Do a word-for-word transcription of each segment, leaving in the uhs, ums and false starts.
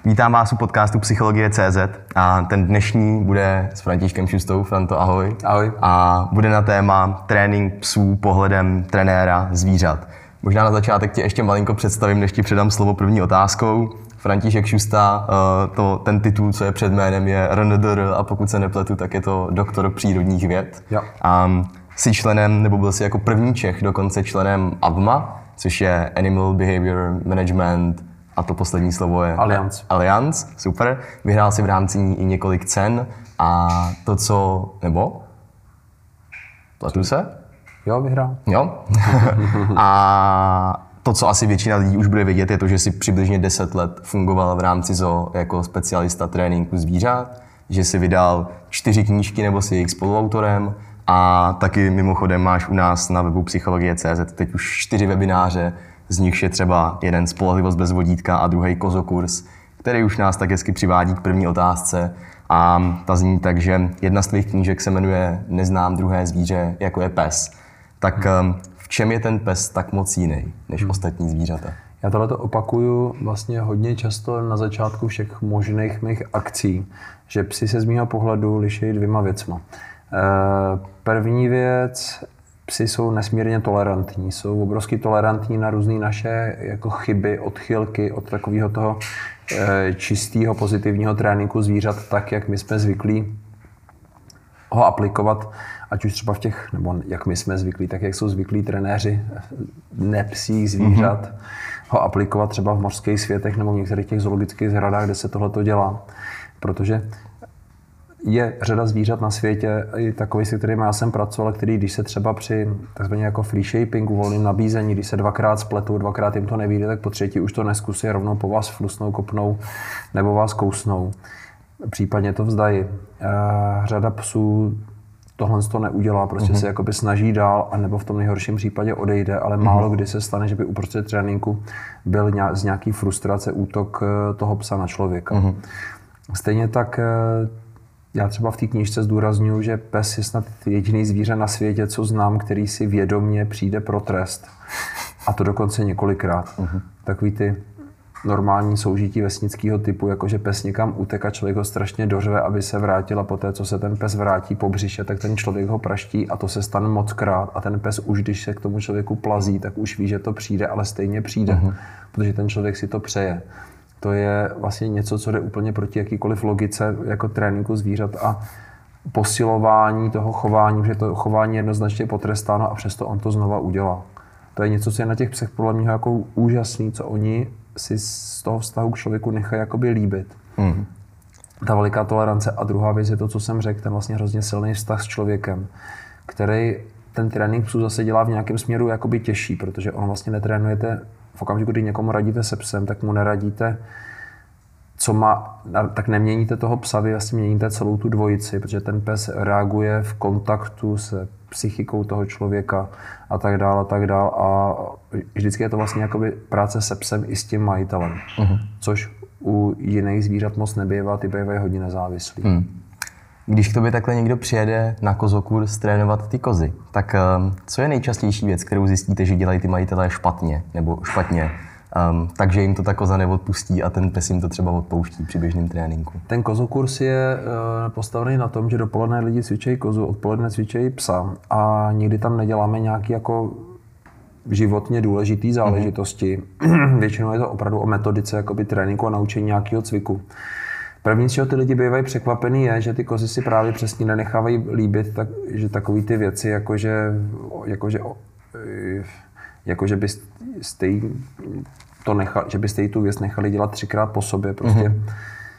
Vítám vás u podcastu Psychologie tečka cé zet a ten dnešní bude s Františkem Šustou. Franto, ahoj. Ahoj. A bude na téma trénink psů pohledem trenéra zvířat. Možná na začátek tě ještě malinko představím, než ti předám slovo první otázkou. František Šusta, to, ten titul, co je před jménem, je R N D R a pokud se nepletu, tak je to doktor přírodních věd. Jo. A jsi členem, nebo byl jsi jako první Čech dokonce členem A V M A, což je Animal Behavior Management, a to poslední slovo je Alliance. Alliance, super. Vyhrál si v rámci ní i několik cen a to, co, nebo? Pletu se? Jo, vyhrál. Jo. A to, co asi většina lidí už bude vědět, je to, že si přibližně deset let fungoval v rámci zoo jako specialista tréninku zvířat, že si vydal čtyři knížky nebo si jejich spoluautorem a taky mimochodem máš u nás na webu Psychologie tečka cé zet teď už čtyři webináře, z nich je třeba jeden Spolehlivost bez vodítka a druhý Kozokurs, který už nás tak hezky přivádí k první otázce. A ta zní tak, že jedna z tvých knížek se jmenuje Neznám druhé zvíře, jako je pes. Tak hmm. v čem je ten pes tak moc jiný než hmm. ostatní zvířata? Já tohleto opakuju vlastně hodně často na začátku všech možných mých akcí, že psi se z mého pohledu liší dvěma věcma. První věc, psi jsou nesmírně tolerantní, jsou obrovsky tolerantní na různé naše jako chyby, odchylky od takového toho čistého pozitivního tréninku zvířat, tak jak my jsme zvyklí ho aplikovat, ať už třeba v těch, nebo jak my jsme zvyklí, tak jak jsou zvyklí trenéři nepsích zvířat, mm-hmm. ho aplikovat třeba v mořských světech nebo v některých těch zoologických zahradách, kde se tohle dělá. Protože je řada zvířat na světě, i takový, se kterými já jsem pracoval, který když se třeba při takzvaně jako free shapingu, volném nabízení, když se dvakrát spletou, dvakrát jim to nevyjde, tak po třetí už to neskusí, rovnou po vás flusnou, kopnou nebo vás kousnou. Případně to vzdají. Řada psů tohle to neudělá, prostě mm-hmm. se jakoby snaží dál, anebo v tom nejhorším případě odejde, ale mm-hmm. málo kdy se stane, že by uprostřed tréninku byl z nějaký frustrace útok toho psa na člověka. Mm-hmm. Stejně tak já třeba v té knížce zdůrazňuji, že pes je snad jediný zvíře na světě, co znám, který si vědomě přijde pro trest. A to dokonce několikrát. Uh-huh. Takový ty normální soužití vesnického typu, jakože pes někam uteká, člověk ho strašně dořve, aby se vrátil a poté, co se ten pes vrátí po břiše, tak ten člověk ho praští a to se stane mockrát. A ten pes už, když se k tomu člověku plazí, tak už ví, že to přijde, ale stejně přijde, uh-huh. protože ten člověk si to přeje. To je vlastně něco, co jde úplně proti jakýkoliv logice jako tréninku zvířat a posilování toho chování, že to chování je jednoznačně potrestáno a přesto on to znova udělá. To je něco, co je na těch psech podle mě jako úžasný, co oni si z toho vztahu k člověku nechají jakoby líbit. Mm. Ta veliká tolerance a druhá věc je to, co jsem řekl, ten vlastně hrozně silný vztah s člověkem, který ten trénink psů zase dělá v nějakém směru jakoby těžší, protože on vlastně netrénujete v okamžiku, kdy někomu radíte se psem, tak mu neradíte, co má, tak neměníte toho psa, vy vlastně měníte celou tu dvojici, protože ten pes reaguje v kontaktu se psychikou toho člověka a tak dále a tak dále. A vždycky je to vlastně jakoby práce se psem i s tím majitelem, uh-huh. což u jiných zvířat moc nebývá, ty bývají hodně nezávislí. Hmm. Když k tobě takhle někdo přijede na kozokurs trénovat ty kozy, tak um, co je nejčastější věc, kterou zjistíte, že dělají ty majitelé špatně nebo špatně, um, takže jim to ta koza neodpustí a ten pes jim to třeba odpouští při běžném tréninku? Ten kozokurs je uh, postavený na tom, že dopoledne lidi cvičejí kozu, odpoledne cvičejí psa a nikdy tam neděláme nějaký jako životně důležitý záležitosti. Mm-hmm. Většinou je to opravdu o metodice jakoby tréninku a naučení nějakého cviku. První, z čeho ty lidi bývají překvapený, je, že ty kozy si právě přesně nenechávají líbit, tak, že takový ty věci, jakože, jakože, jakože byste jí to nechali, že byste jí tu věc nechali dělat třikrát po sobě. Prostě mm-hmm.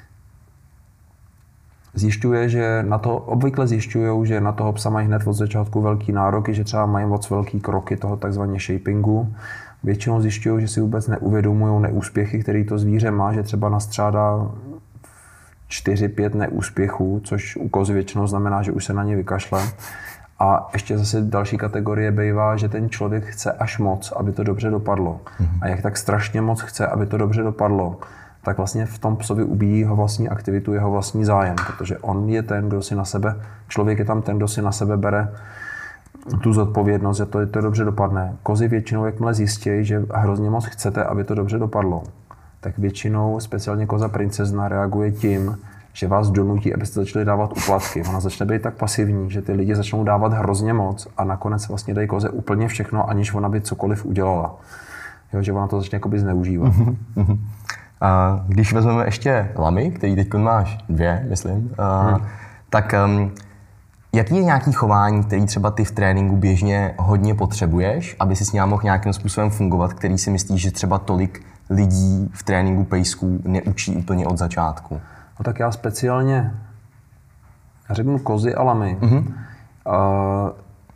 zjišťuje, že na to, obvykle zjišťují, že na toho psa mají hned od začátku velký nároky, že třeba mají moc velký kroky toho takzvaně shapingu. Většinou zjišťují, že si vůbec neuvědomují neúspěchy, který to zvíře má, že třeba nastřádá čtyři pět neúspěchů, což u kozy většinou znamená, že už se na ně vykašle. A ještě zase další kategorie bývá, že ten člověk chce až moc, aby to dobře dopadlo. Mm-hmm. A jak tak strašně moc chce, aby to dobře dopadlo, tak vlastně v tom psovi ubíjí jeho vlastní aktivitu, jeho vlastní zájem, protože on je ten, kdo si na sebe, člověk je tam ten, kdo si na sebe bere tu zodpovědnost, že to, to dobře dopadne. Kozy většinou, jakmile zjistí, že hrozně moc chcete, aby to dobře dopadlo, tak většinou speciálně koza princezna reaguje tím, že vás donutí, abyste začali dávat úplatky. Ona začne být tak pasivní, že ty lidi začnou dávat hrozně moc a nakonec vlastně dají koze úplně všechno, aniž ona by cokoliv udělala. Jo, že ona to začne jakoby zneužívat. Mm-hmm. A když vezmeme ještě lamy, který teď máš dvě, myslím, a, hmm. tak um, jaký je nějaký chování, který třeba ty v tréninku běžně hodně potřebuješ, aby si s ním mohl nějakým způsobem fungovat, který si myslíš, že třeba tolik lidí v tréninku pejsků neučí úplně od začátku? No tak já speciálně, já řeknu kozy a lamy. Mm-hmm. A,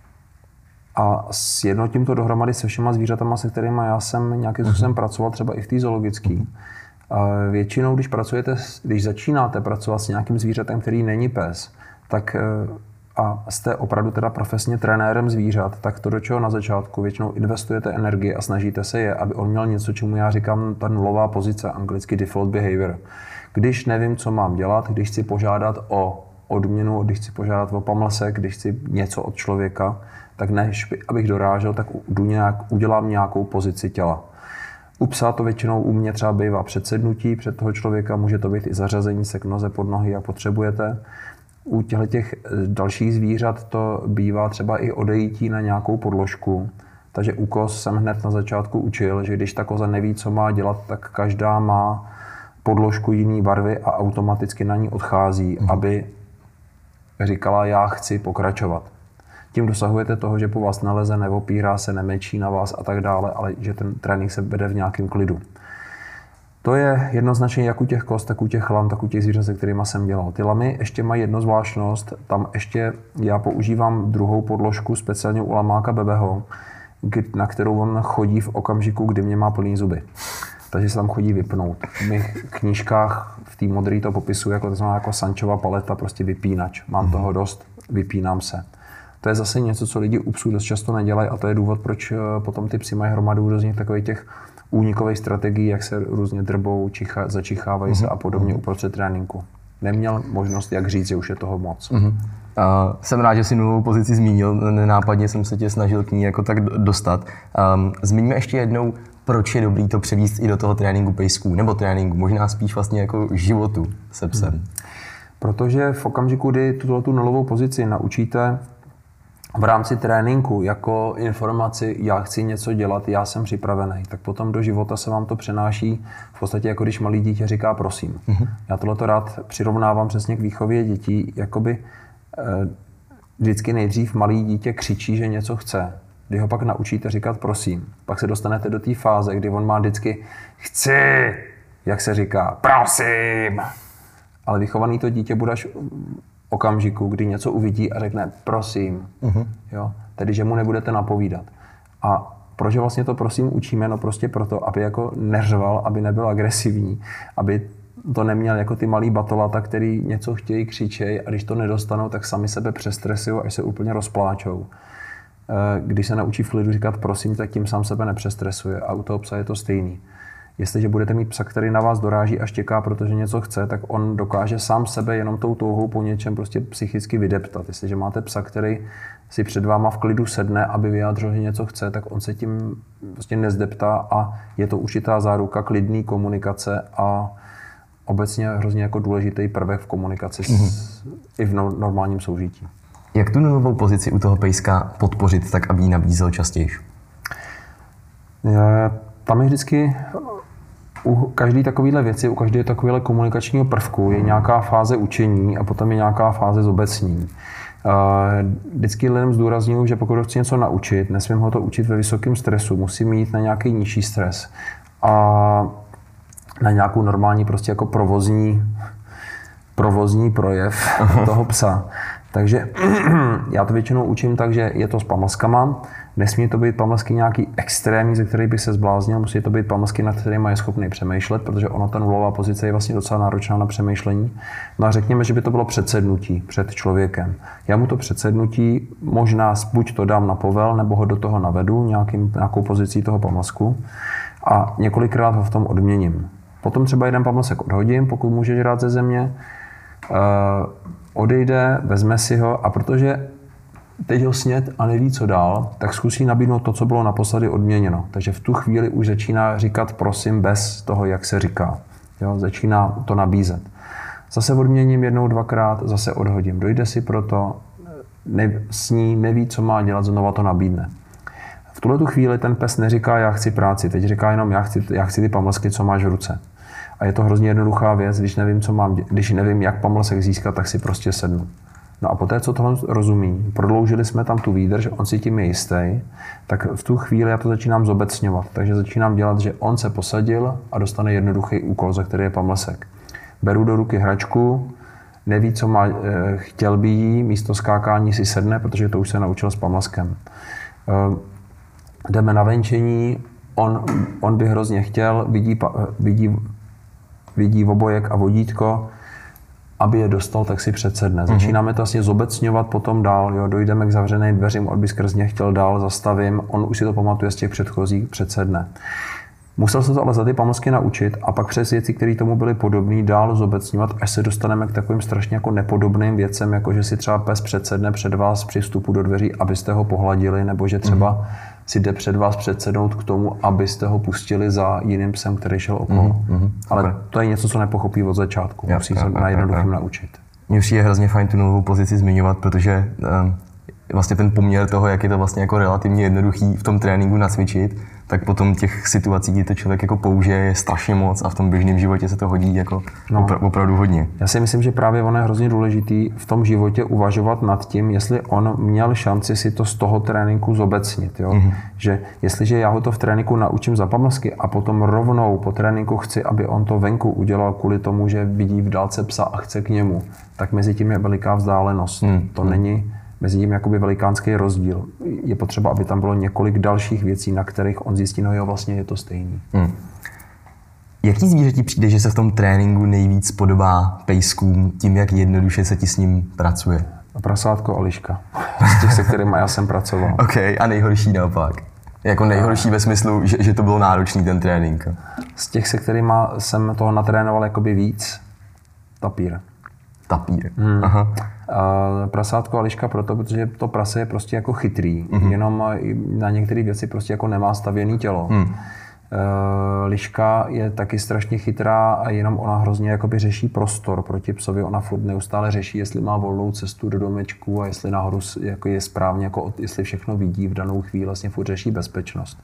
a sjednotím to dohromady se všema zvířatama, se kterými já jsem nějakým způsobem mm-hmm. pracoval, třeba i v té zoologické. A většinou, když pracujete, když začínáte pracovat s nějakým zvířatem, který není pes, tak a jste opravdu teda profesně trenérem zvířat, tak to, do čeho na začátku většinou investujete energii a snažíte se je, aby on měl něco, čemu já říkám ta nulová pozice, anglicky default behavior. Když nevím, co mám dělat, když chci požádat o odměnu, když chci požádat o pamlsek, když chci něco od člověka, tak než abych dorážel, tak nějak, udělám nějakou pozici těla. U psa to většinou u mě třeba bývá předsednutí před toho člověka, může to být i zařazení se k noze pod nohy, jak potřebujete. U těch dalších zvířat to bývá třeba i odejítí na nějakou podložku. Takže u koz jsem hned na začátku učil, že když ta koza neví, co má dělat, tak každá má podložku jiný barvy a automaticky na ní odchází, mm. aby říkala, já chci pokračovat. Tím dosahujete toho, že po vás neleze, neopírá se, nemečí na vás a tak dále, ale že ten trénink se vede v nějakém klidu. To je jednoznačně jak u těch koz, tak u těch lam, tak u těch zvířat, se kterými jsem dělal. Ty lamy ještě mají jednu zvláštnost, tam ještě já používám druhou podložku, speciálně u lamáka Bebeho, na kterou on chodí v okamžiku, kdy mě má plný zuby. Takže se tam chodí vypnout. V mých knížkách v té modré to popisuju jako, to znamená jako Sanchova paleta, prostě vypínač. Mám toho dost, vypínám se. To je zase něco, co lidi u psů dost často nedělají a to je důvod, proč potom ty psy mají hromadu různých takových těch únikových strategií, jak se různě drbou, čicha, začichávají mm-hmm. se a podobně uprostřed tréninku. Neměl možnost, jak říct, že už je toho moc. Mm-hmm. Uh, jsem rád, že jsi novou pozici zmínil, nenápadně jsem se tě snažil k ní jako tak dostat. Um, zmíníme ještě jednou, proč je dobrý to převíst i do toho tréninku pejsků, nebo tréninku, možná spíš vlastně jako životu se psem. Hmm. Protože v okamžiku, kdy tuto tu nulovou pozici naučíte v rámci tréninku jako informaci, já chci něco dělat, já jsem připravený, tak potom do života se vám to přenáší v podstatě jako když malý dítě říká prosím. Hmm. Já tohleto rád přirovnávám přesně k výchově dětí, jakoby eh, vždycky nejdřív malý dítě křičí, že něco chce. Když ho pak naučíte říkat prosím, pak se dostanete do té fáze, kdy on má vždycky chci, jak se říká, prosím. Ale vychovaný to dítě bude až okamžiku, kdy něco uvidí a řekne prosím. Uh-huh. Jo? Tedy, že mu nebudete napovídat. A proč vlastně to prosím učíme? No prostě proto, aby jako neřval, aby nebyl agresivní, aby to neměl jako ty malý batolata, který něco chtějí, křičej a když to nedostanou, tak sami sebe přestresují, až se úplně rozpláčou. Když se naučí v klidu říkat prosím, tak tím sám sebe nepřestresuje a u toho psa je to stejný. Jestliže budete mít psa, který na vás doráží a štěká, protože něco chce, tak on dokáže sám sebe jenom tou touhou po něčem prostě psychicky vydeptat. Jestliže máte psa, který si před váma v klidu sedne, aby vyjádřil, že něco chce, tak on se tím prostě nezdeptá a je to určitá záruka klidné komunikace a obecně hrozně jako důležitý prvek v komunikaci mm-hmm. s, i v normálním soužití. Jak tu nulovou pozici u toho pejska podpořit tak, aby ji nabízel častěji? Tam je vždycky u každé takovéhle věci, u každého takovéhle komunikačního prvku je nějaká fáze učení a potom je nějaká fáze zobecnění. Vždycky lidem zdůrazňuji, že pokud chci něco naučit, nesmím ho to učit ve vysokém stresu, musím mít na nějaký nižší stres a na nějakou normální prostě jako provozní, provozní projev toho psa. Takže já to většinou učím tak, že je to s pamlskama. Nesmí to být pamlsky nějaký extrémní, ze kterých by se zbláznil, musí to být pamlsky, nad kterými je schopný přemýšlet, protože ona ta nulová pozice je vlastně docela náročná na přemýšlení. No a řekněme, že by to bylo předsednutí před člověkem. Já mu to předsednutí možná buď to dám na povel, nebo ho do toho navedu nějakým, nějakou pozicí toho pamlsku a několikrát ho v tom odměním. Potom třeba jeden pamlsek odhodím, pokud může žrát ze země, uh, odejde, vezme si ho a protože teď ho snět a neví, co dál, tak zkusí nabídnout to, co bylo naposledy odměněno. Takže v tu chvíli už začíná říkat prosím bez toho, jak se říká. Jo, začíná to nabízet. Zase odměním jednou, dvakrát, zase odhodím. Dojde si proto, ne, sní, neví, co má dělat, znova to nabídne. V tuhle tu chvíli ten pes neříká, já chci práci, teď říká jenom, já chci, já chci ty pamlsky, co máš v ruce. A je to hrozně jednoduchá věc, když nevím, co mám, když nevím, jak pamlsek získat, tak si prostě sednu. No a poté, co tohle rozumí, prodloužili jsme tam tu výdrž, on si tím je jistý, tak v tu chvíli já to začínám zobecňovat. Takže začínám dělat, že on se posadil a dostane jednoduchý úkol, za který je pamlsek. Beru do ruky hračku, neví, co má, chtěl by jí, místo skákání si sedne, protože to už se naučil s pamlskem. Jdeme na venčení, on, on by hrozně chtěl, vidí, vidí, vidí obojek a vodítko, aby je dostal, tak si předsedne. Začínáme to vlastně zobecňovat potom dál, jo, dojdeme k zavřeným dveřím, on by skrz ně chtěl dál, zastavím, on už si to pamatuje z těch předchozích, předsedne. Musel se to ale za ty pamlsky naučit a pak přes věci, které tomu byly podobné, dál zobecňovat, až se dostaneme k takovým strašně jako nepodobným věcem, jako že si třeba pes předsedne před vás při vstupu do dveří, abyste ho pohladili, nebo že třeba mm. si jde před vás předsednout k tomu, abyste ho pustili za jiným psem, který šel okolo. Mm. Ale okay. To je něco, co nepochopí od začátku. Ja, Musí ja, se ja, na jednoduchým ja, ja. naučit. Mně už je hrozně fajn tu novou pozici zmiňovat, protože um, vlastně ten poměr toho, jak je to vlastně jako relativně jednoduchý v tom tréninku nacvičit, tak potom těch situací, kdy to člověk jako použije, je strašně moc a v tom běžném životě se to hodí jako no. opra- opravdu hodně. Já si myslím, že právě ono je hrozně důležitý v tom životě uvažovat nad tím, jestli on měl šanci si to z toho tréninku zobecnit. Jo? Mm-hmm. Že jestliže já ho to v tréninku naučím za pamlsky a potom rovnou po tréninku chci, aby on to venku udělal kvůli tomu, že vidí v dálce psa a chce k němu, tak mezi tím je veliká vzdálenost. Mm-hmm. To není mezi tím jakoby velikánský rozdíl. Je potřeba, aby tam bylo několik dalších věcí, na kterých on zjistí, no jo, vlastně je to stejný. Hmm. Jaký zvíře ti přijde, že se v tom tréninku nejvíc podobá pejskům tím, jak jednoduše se ti s ním pracuje? Prasátko a liška. Z těch, se kterými já jsem pracoval. OK, a nejhorší naopak? Jako nejhorší ve smyslu, že, že to bylo náročný ten trénink? Z těch, se kterými jsem toho natrénoval jakoby víc, tapír. Tapír. Hmm. Aha. A prasátko a liška proto, protože to prase je prostě jako chytrý, mm-hmm. jenom na některé věci prostě jako nemá stavěný tělo. Mm. E, liška je taky strašně chytrá a jenom ona hrozně jakoby řeší prostor proti psovi, ona furt neustále řeší, jestli má volnou cestu do domečku a jestli nahoru jako je správně, jako jestli všechno vidí v danou chvíli, vlastně furt řeší bezpečnost.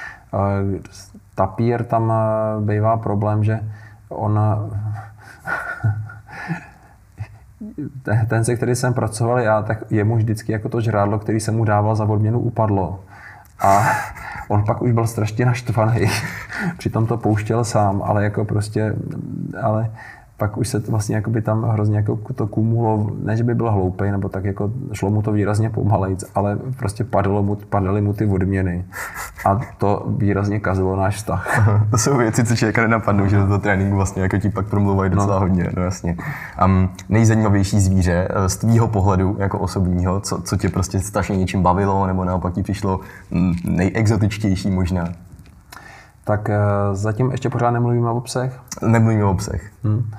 E, tapír tam bývá problém, že on ten, se který jsem pracoval já, tak jemu vždycky jako to žrádlo, který jsem mu dával za odměnu, upadlo. A on pak už byl strašně naštvaný. Přitom to pouštěl sám, ale jako prostě, ale pak už se to vlastně jakoby tam hrozně jako to kumulo, ne, že by byl hloupej, nebo tak jako šlo mu to výrazně pomalejc, ale prostě padalo mu, padaly mu ty odměny. A to výrazně kazilo náš vztah. To jsou věci, co člověka nenapadnou, že do toho tréninku vlastně jako ti pak promluvají docela no. hodně, no jasně. Um, nejzajímavější zvíře z tvýho pohledu jako osobního, co, co tě prostě strašně něčím bavilo, nebo naopak ti přišlo nejexotičtější možná? Tak zatím ještě pořád nemluvíme o psech? Nemluvíme o psech. Hmm.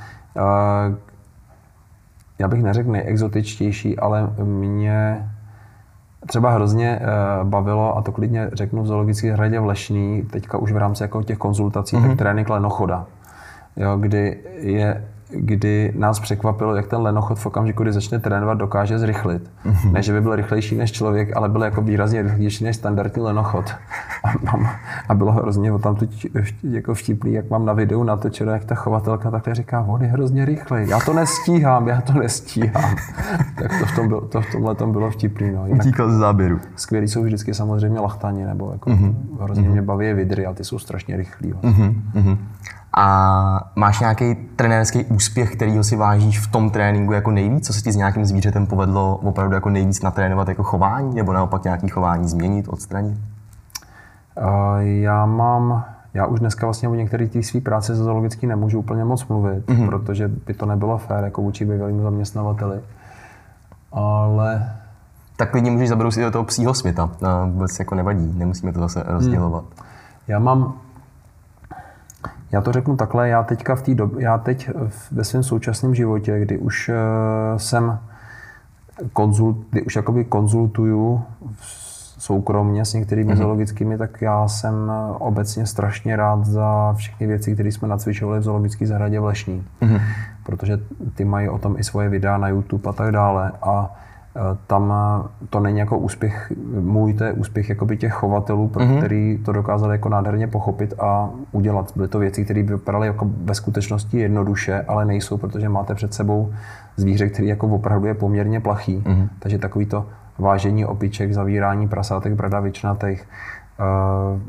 Já bych neřekl nejexotičtější, ale mě třeba hrozně bavilo, a to klidně řeknu v zoologické zahradě v Lešný, teďka už v rámci jako těch konzultací, mm-hmm. tak trénink lenochoda, jo, kdy, je, kdy nás překvapilo, jak ten lenochod v okamžiku, kdy začne trénovat, dokáže zrychlit. Mm-hmm. Ne, že by byl rychlejší než člověk, ale byl jako výrazně rychlejší než standardní lenochod. A, a bylo hrozně tam tu jako vtipný, jak mám na videu natočeno, jak ta chovatelka takhle říká, on je hrozně rychlej, já to nestíhám, já to nestíhám. Tak to v, tom bylo, to v tomhle tom bylo vtipný. No. Utíkal z záběru. Skvělý jsou vždycky samozřejmě lachtani, nebo jako mm-hmm. hrozně mm-hmm. mě baví vidry, a ty jsou strašně rychlí. Mm-hmm. A máš nějaký trenérský úspěch, kterýho si vážíš v tom tréninku jako nejvíc? Co se ti s nějakým zvířetem povedlo opravdu jako nejvíc natrénovat jako chování, nebo naopak nějaký chování změnit, odstranit? Uh, já mám, já už dneska vlastně o některé té své práce ze zoologický nemůžu úplně moc mluvit, mm-hmm. protože by to nebylo fér jako vůči bývalému zaměstnavateli. Ale... Tak klidně můžeš zabrousit do toho psího světa, vůbec jako nevadí, nemusíme to zase rozdělovat. Hmm. Já mám, já to řeknu takhle, já teďka v té době, já teď ve svém současném životě, kdy už uh, jsem konzult, kdy už jakoby konzultuju soukromně s některými mm-hmm. zoologickými, tak já jsem obecně strašně rád za všechny věci, které jsme nacvičovali v zoologické zahradě v Lešní. Mm-hmm. Protože ty mají o tom i svoje videa na YouTube a tak dále. A tam to není jako úspěch můj, to je úspěch jakoby těch chovatelů, pro mm-hmm. který to dokázali jako nádherně pochopit a udělat. Byly to věci, které vypadaly jako ve skutečnosti jednoduše, ale nejsou, protože máte před sebou zvíře, který jako opravdu je poměrně plachý. Mm-hmm. Takže takový to vážení opiček, zavírání prasátek, bradavičnatých. Uh,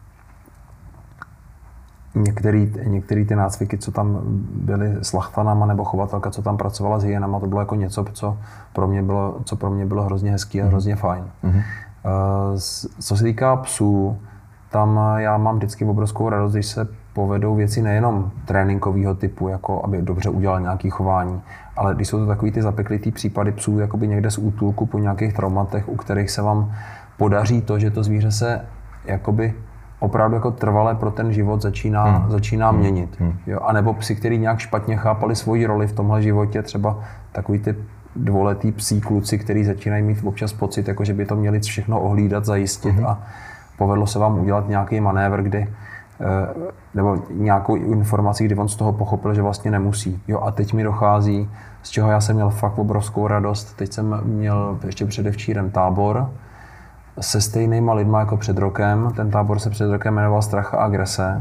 některý, některý ty nácviky, co tam byly s lachtanama, nebo chovatelka, co tam pracovala s hyenama, to bylo jako něco, co pro mě bylo, co pro mě bylo hrozně hezký a hrozně fajn. Mm-hmm. Uh, co se týká psů, tam já mám vždycky obrovskou radost, když se povedou věci nejenom tréninkového typu, jako aby dobře udělal nějaké chování, ale když jsou to takový ty zapeklitý případy psů jakoby někde z útulku po nějakých traumatech, u kterých se vám podaří to, že to zvíře se jakoby opravdu jako trvale pro ten život začíná, hmm. začíná hmm. měnit. Hmm. Jo? A nebo psi, který nějak špatně chápali svoji roli v tomhle životě, třeba takový ty dvouletý psí kluci, který začínají mít občas pocit, jako že by to měli všechno ohlídat, zajistit hmm. a povedlo se vám udělat nějaký manévr, kdy nebo nějakou informaci, kdy on z toho pochopil, že vlastně nemusí. Jo, a teď mi dochází, z čeho já jsem měl fakt obrovskou radost. Teď jsem měl ještě předevčírem tábor se stejnýma lidma jako před rokem. Ten tábor se před rokem jmenoval Strach a agrese.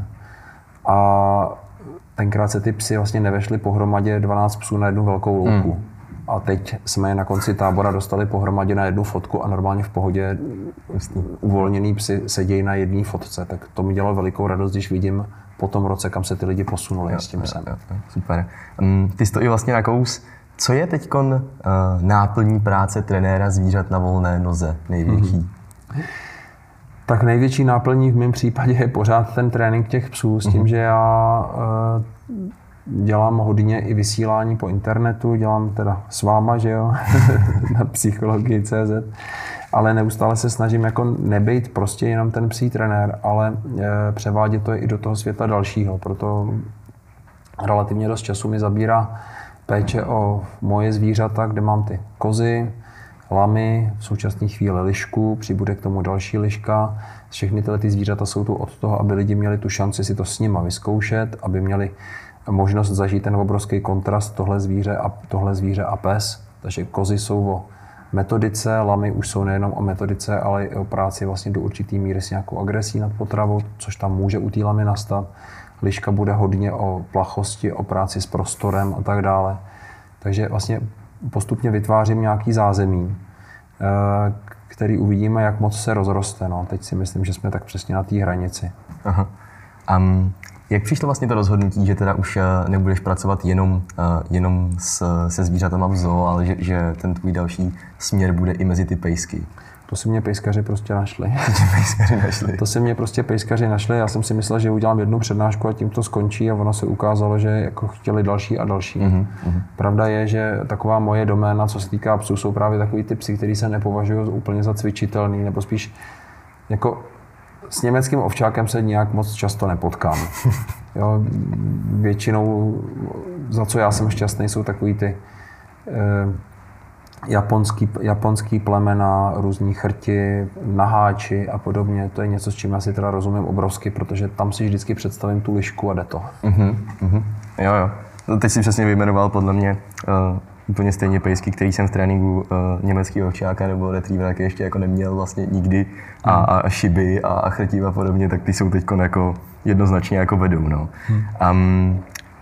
A tenkrát se ty psy vlastně nevešly pohromadě dvanáct psů na jednu velkou louku. Hmm. A teď jsme je na konci tábora dostali pohromadě na jednu fotku a normálně v pohodě uvolněný psi sedějí na jedné fotce. Tak to mi dělalo velikou radost, když vidím po tom roce, kam se ty lidi posunuli jo, s tím psem. Jo, jo, super. Um, ty jsi to i vlastně nakous. Co je teďkon uh, náplní práce trenéra zvířat na volné noze největší? Mm-hmm. Tak největší náplní v mém případě je pořád ten trénink těch psů s tím, mm-hmm. že já uh, dělám hodně i vysílání po internetu, dělám teda s váma, že jo, na psychologii tečka cé zet, ale neustále se snažím jako nebejt prostě jenom ten psí trenér, ale e, převádět to i do toho světa dalšího, proto relativně dost času mi zabírá péče o moje zvířata, kde mám ty kozy, lamy, v současné chvíli lišku, přibude k tomu další liška. Všechny tyhle ty zvířata jsou tu od toho, aby lidi měli tu šanci si to s nima vyzkoušet, aby měli možnost zažít ten obrovský kontrast tohle zvíře a, tohle zvíře a pes. Takže kozy jsou o metodice, lamy už jsou nejenom o metodice, ale i o práci vlastně do určitý míry s nějakou agresí nad potravou, což tam může u té lamy nastat. Liška bude hodně o plachosti, o práci s prostorem a tak dále. Takže vlastně postupně vytvářím nějaký zázemí, který uvidíme, jak moc se rozroste. No, teď si myslím, že jsme tak přesně na té hranici. Aha. Um... Jak přišlo vlastně to rozhodnutí, že teda už nebudeš pracovat jenom, jenom s, se zvířatama v zoo, ale že, že ten tvůj další směr bude i mezi ty pejsky? To si mě pejskaři prostě našli. pejskaři našli. To si mě prostě pejskaři našli. Já jsem si myslel, že udělám jednu přednášku a tím to skončí a ono se ukázalo, že jako chtěli další a další. Mm-hmm. Pravda je, že taková moje doména, co se týká psů, jsou právě takový ty psy, který se nepovažují úplně za cvičitelný, nebo spíš jako s německým ovčákem se nějak moc často nepotkám. Jo, většinou, za co já jsem šťastný, jsou takový ty eh, japonský, japonský plemena, různí chrti, naháči a podobně. To je něco, s čím já si teda rozumím obrovsky, protože tam si vždycky představím tu lišku a jde to. Uh-huh, uh-huh. Jo, jo. Teď si přesně vyjmenoval podle mě uh, úplně stejně pejsky, který jsem v tréninku uh, německého ovčáka nebo retrievera, který ještě jako neměl vlastně nikdy a, a šiby a, a chrtí a podobně, tak ty jsou teď jako jednoznačně jako vedou. No. Hmm. Um,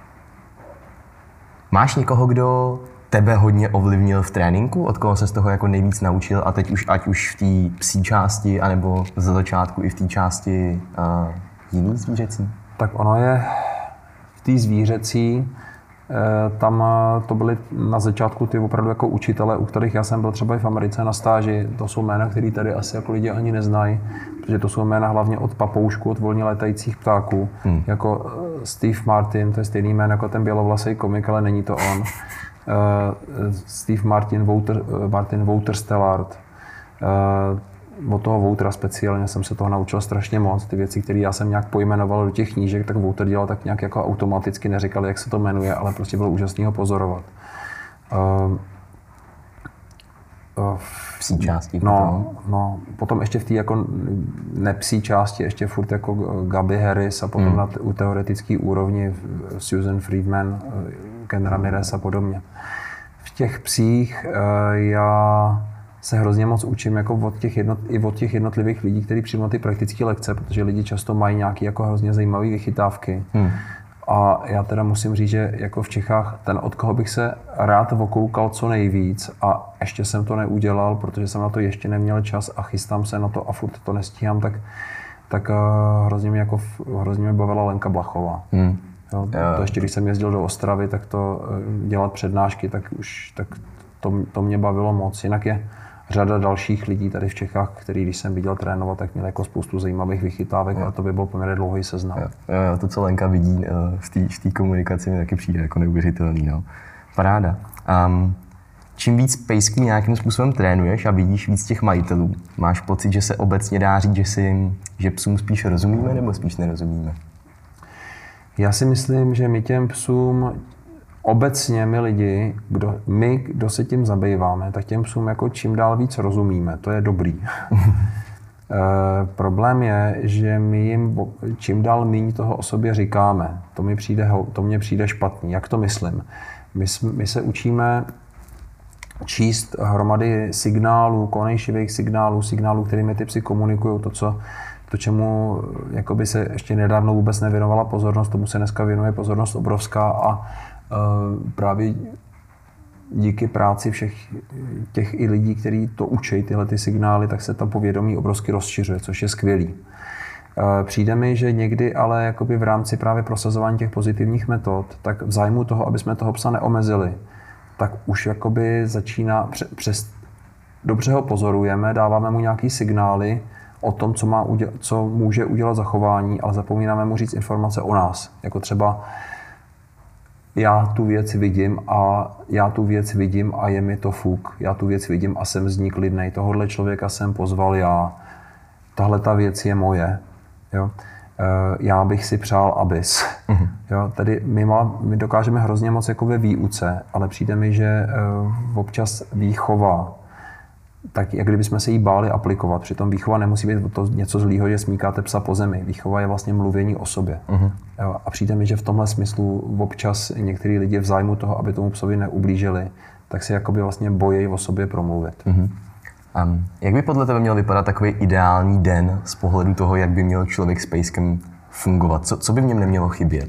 máš někoho, kdo tebe hodně ovlivnil v tréninku, od koho se z toho jako nejvíc naučil a teď už ať už v té psí části, anebo ze začátku i v té části uh, jiný zvířecí? Tak ono je v té zvířecí, tam to byly na začátku ty opravdu jako učitele, u kterých já jsem byl třeba i v Americe na stáži. To jsou jména, které tady asi jako lidi ani neznají, protože to jsou jména hlavně od papoušků, od volně letajících ptáků. Hmm. Jako Steve Martin, to je stejný jméno jako ten bělovlasý komik, ale není to on. Steve Martin, Wouter, Martin Wouterstellard. Od toho Woutera speciálně jsem se toho naučil strašně moc. Ty věci, které já jsem nějak pojmenoval do těch knížek, tak Wouter dělal tak nějak jako automaticky, neříkal, jak se to jmenuje, ale prostě bylo úžasný ho pozorovat. v psí části. No, no, potom ještě v té jako nepsí části, ještě furt jako Gabi Harris a potom hmm. na t- u teoretické úrovni Susan Friedman, Ken Ramirez a podobně. V těch psích já se hrozně moc učím jako od těch jednot, i od těch jednotlivých lidí, kteří přijmou ty praktické lekce, protože lidi často mají nějaké jako hrozně zajímavé vychytávky. Hmm. A já teda musím říct, že jako v Čechách ten, od koho bych se rád okoukal co nejvíc a ještě jsem to neudělal, protože jsem na to ještě neměl čas a chystám se na to a furt to nestíhám, tak, tak uh, hrozně, mě jako, hrozně mě bavila Lenka Blachová. Hmm. Jo, to ještě když jsem jezdil do Ostravy, tak to uh, dělat přednášky, tak už tak to, to mě bavilo moc. Jinak je řada dalších lidí tady v Čechách, který když jsem viděl trénovat, tak měli jako spoustu zajímavých vychytávek a to by byl poměrně dlouhý seznam. Jo, jo, to, co Lenka vidí v té komunikaci, mi taky přijde jako neuvěřitelný. No. Paráda. Um, čím víc pejsků nějakým způsobem trénuješ a vidíš víc těch majitelů, máš pocit, že se obecně dá říct, že, si, že psům spíš rozumíme nebo spíš nerozumíme? Já si myslím, že my těm psům obecně my lidi, kdo, my, kdo se tím zabýváme, tak těm psům jako čím dál víc rozumíme, to je dobrý. e, problém je, že my jim čím dál míň toho o sobě říkáme. To mi přijde, to mně přijde špatný. Jak to myslím? My, my se učíme číst hromady signálů, konejšivých signálů, signálů, kterými ty psy komunikují, to, co to, čemu jakoby se ještě nedávno vůbec nevěnovala pozornost, tomu se dneska věnuje pozornost obrovská a právě díky práci všech těch i lidí, kteří to učí, tyhle ty signály, tak se ta povědomí obrovsky rozšiřuje, což je skvělý. Přijde mi, že někdy ale jakoby v rámci právě prosazování těch pozitivních metod, tak v zájmu toho, aby jsme toho psa neomezili, tak už jakoby začíná, přes, dobře ho pozorujeme, dáváme mu nějaký signály o tom, co, má uděl, co může udělat za chování, ale zapomínáme mu říct informace o nás, jako třeba já tu věc vidím a já tu věc vidím a je mi to fuk. Já tu věc vidím a jsem z ní klidnej. Tohodle člověka jsem pozval já. Tahle ta věc je moje. Jo? Já bych si přál, abys. Mm-hmm. Jo? Tady my, má, my dokážeme hrozně moc jako ve výuce, ale přijde mi, že občas výchova, tak jak kdybychom se jí báli aplikovat. Přitom výchova nemusí být to něco zlýho, že smíkáte psa po zemi. Výchova je vlastně mluvění o sobě. Uh-huh. Jo, a přijde mi, že v tomhle smyslu občas některý lidi v zájmu toho, aby tomu psovi neublížili, tak si jakoby vlastně bojí o sobě promluvit. Uh-huh. Um, jak by podle tebe měl vypadat takový ideální den z pohledu toho, jak by měl člověk s pejskem fungovat? Co, co by v něm nemělo chybět?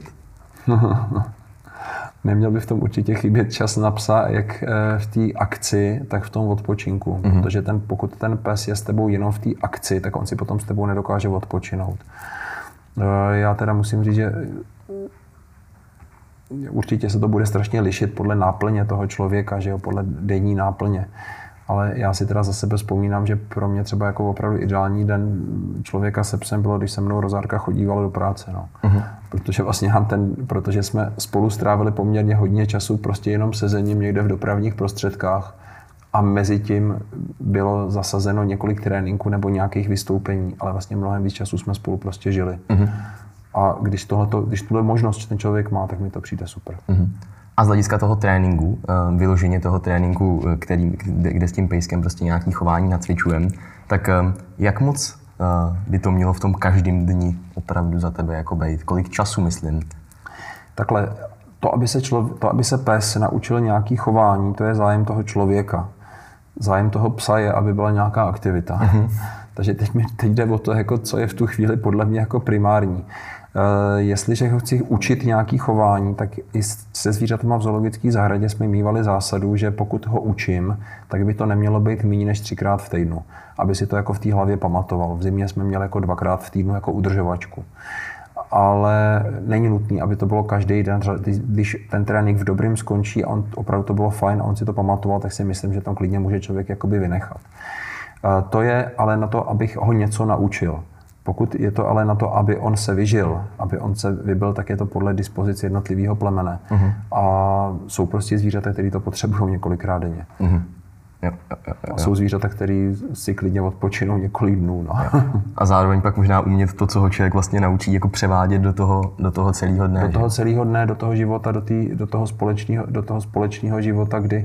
Neměl by v tom určitě chybět čas na psa, jak v té akci, tak v tom odpočinku. Mm-hmm. Protože ten, pokud ten pes je s tebou jenom v té akci, tak on si potom s tebou nedokáže odpočinout. Já teda musím říct, že určitě se to bude strašně lišit podle náplně toho člověka, že jo, podle denní náplně. Ale já si teda za sebe vzpomínám, že pro mě třeba jako opravdu ideální den člověka se psem bylo, když se mnou Rozárka chodívala do práce. No. Uh-huh. Protože vlastně ten, protože jsme spolu strávili poměrně hodně času prostě jenom sezením někde v dopravních prostředkách a mezi tím bylo zasazeno několik tréninků nebo nějakých vystoupení, ale vlastně mnohem víc času jsme spolu prostě žili. Uh-huh. A když, tohleto, když tuhle možnost ten člověk má, tak mi to přijde super. Uh-huh. A z hlediska toho tréninku, vyloženě toho tréninku, který, kde, kde s tím pejskem prostě nějaký chování nacvičujeme, tak jak moc by to mělo v tom každém dni opravdu za tebe jako bejt? Kolik času, myslím? Takhle, to aby, se člo, to, aby se pes naučil nějaký chování, to je zájem toho člověka. Zájem toho psa je, aby byla nějaká aktivita. Mm-hmm. Takže teď, mi, teď jde o to, jako, co je v tu chvíli podle mě jako primární. Uh, jestliže ho chci učit nějaký chování, tak i se zvířatama v zoologické zahradě jsme mívali zásadu, že pokud ho učím, tak by to nemělo být méně než třikrát v týdnu, aby si to jako v té hlavě pamatoval. V zimě jsme měli jako dvakrát v týdnu jako udržovačku. Ale není nutný, aby to bylo každý den. Když ten trénink v dobrým skončí a on, opravdu to bylo fajn a on si to pamatoval, tak si myslím, že tam klidně může člověk jakoby vynechat. Uh, to je ale na to, abych ho něco naučil. Pokud je to ale na to, aby on se vyžil, aby on se vybil, tak je to podle dispozice jednotlivého plemene. Uh-huh. A jsou prostě zvířata, které to potřebují několikrát denně. Uh-huh. Jo, jo, jo, jo. A jsou zvířata, které si klidně odpočinou několik dnů. No. A zároveň pak možná umět to, co ho člověk vlastně naučí, jako převádět do toho, do toho celého dne. Do toho celého dne, do toho života, do, tý, do toho společného, do toho společného života, kdy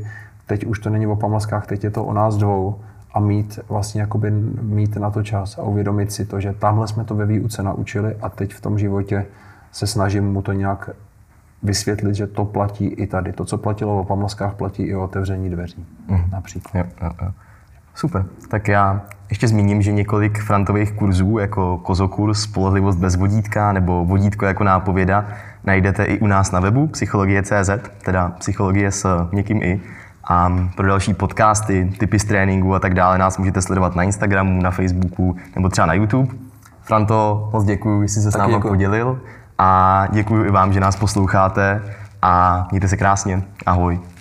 teď už to není o pamlskách, teď je to o nás dvou a mít vlastně jakoby mít na to čas a uvědomit si to, že tamhle jsme to ve výuce naučili a teď v tom životě se snažím mu to nějak vysvětlit, že to platí i tady. To, co platilo o pamlskách, platí i o otevření dveří. Mm. Například. Jo, jo, jo. Super. Tak já ještě zmíním, že několik Frantových kurzů, jako kozokurs, spolehlivost bez vodítka nebo vodítko jako nápověda, najdete i u nás na webu psychologie tečka cé zet, teda psychologie s někým i. A pro další podcasty, tipy z tréninku a tak dále nás můžete sledovat na Instagramu, na Facebooku nebo třeba na YouTube. Franto, moc děkuji, že jsi se s námi podělil a děkuji i vám, že nás posloucháte a mějte se krásně. Ahoj.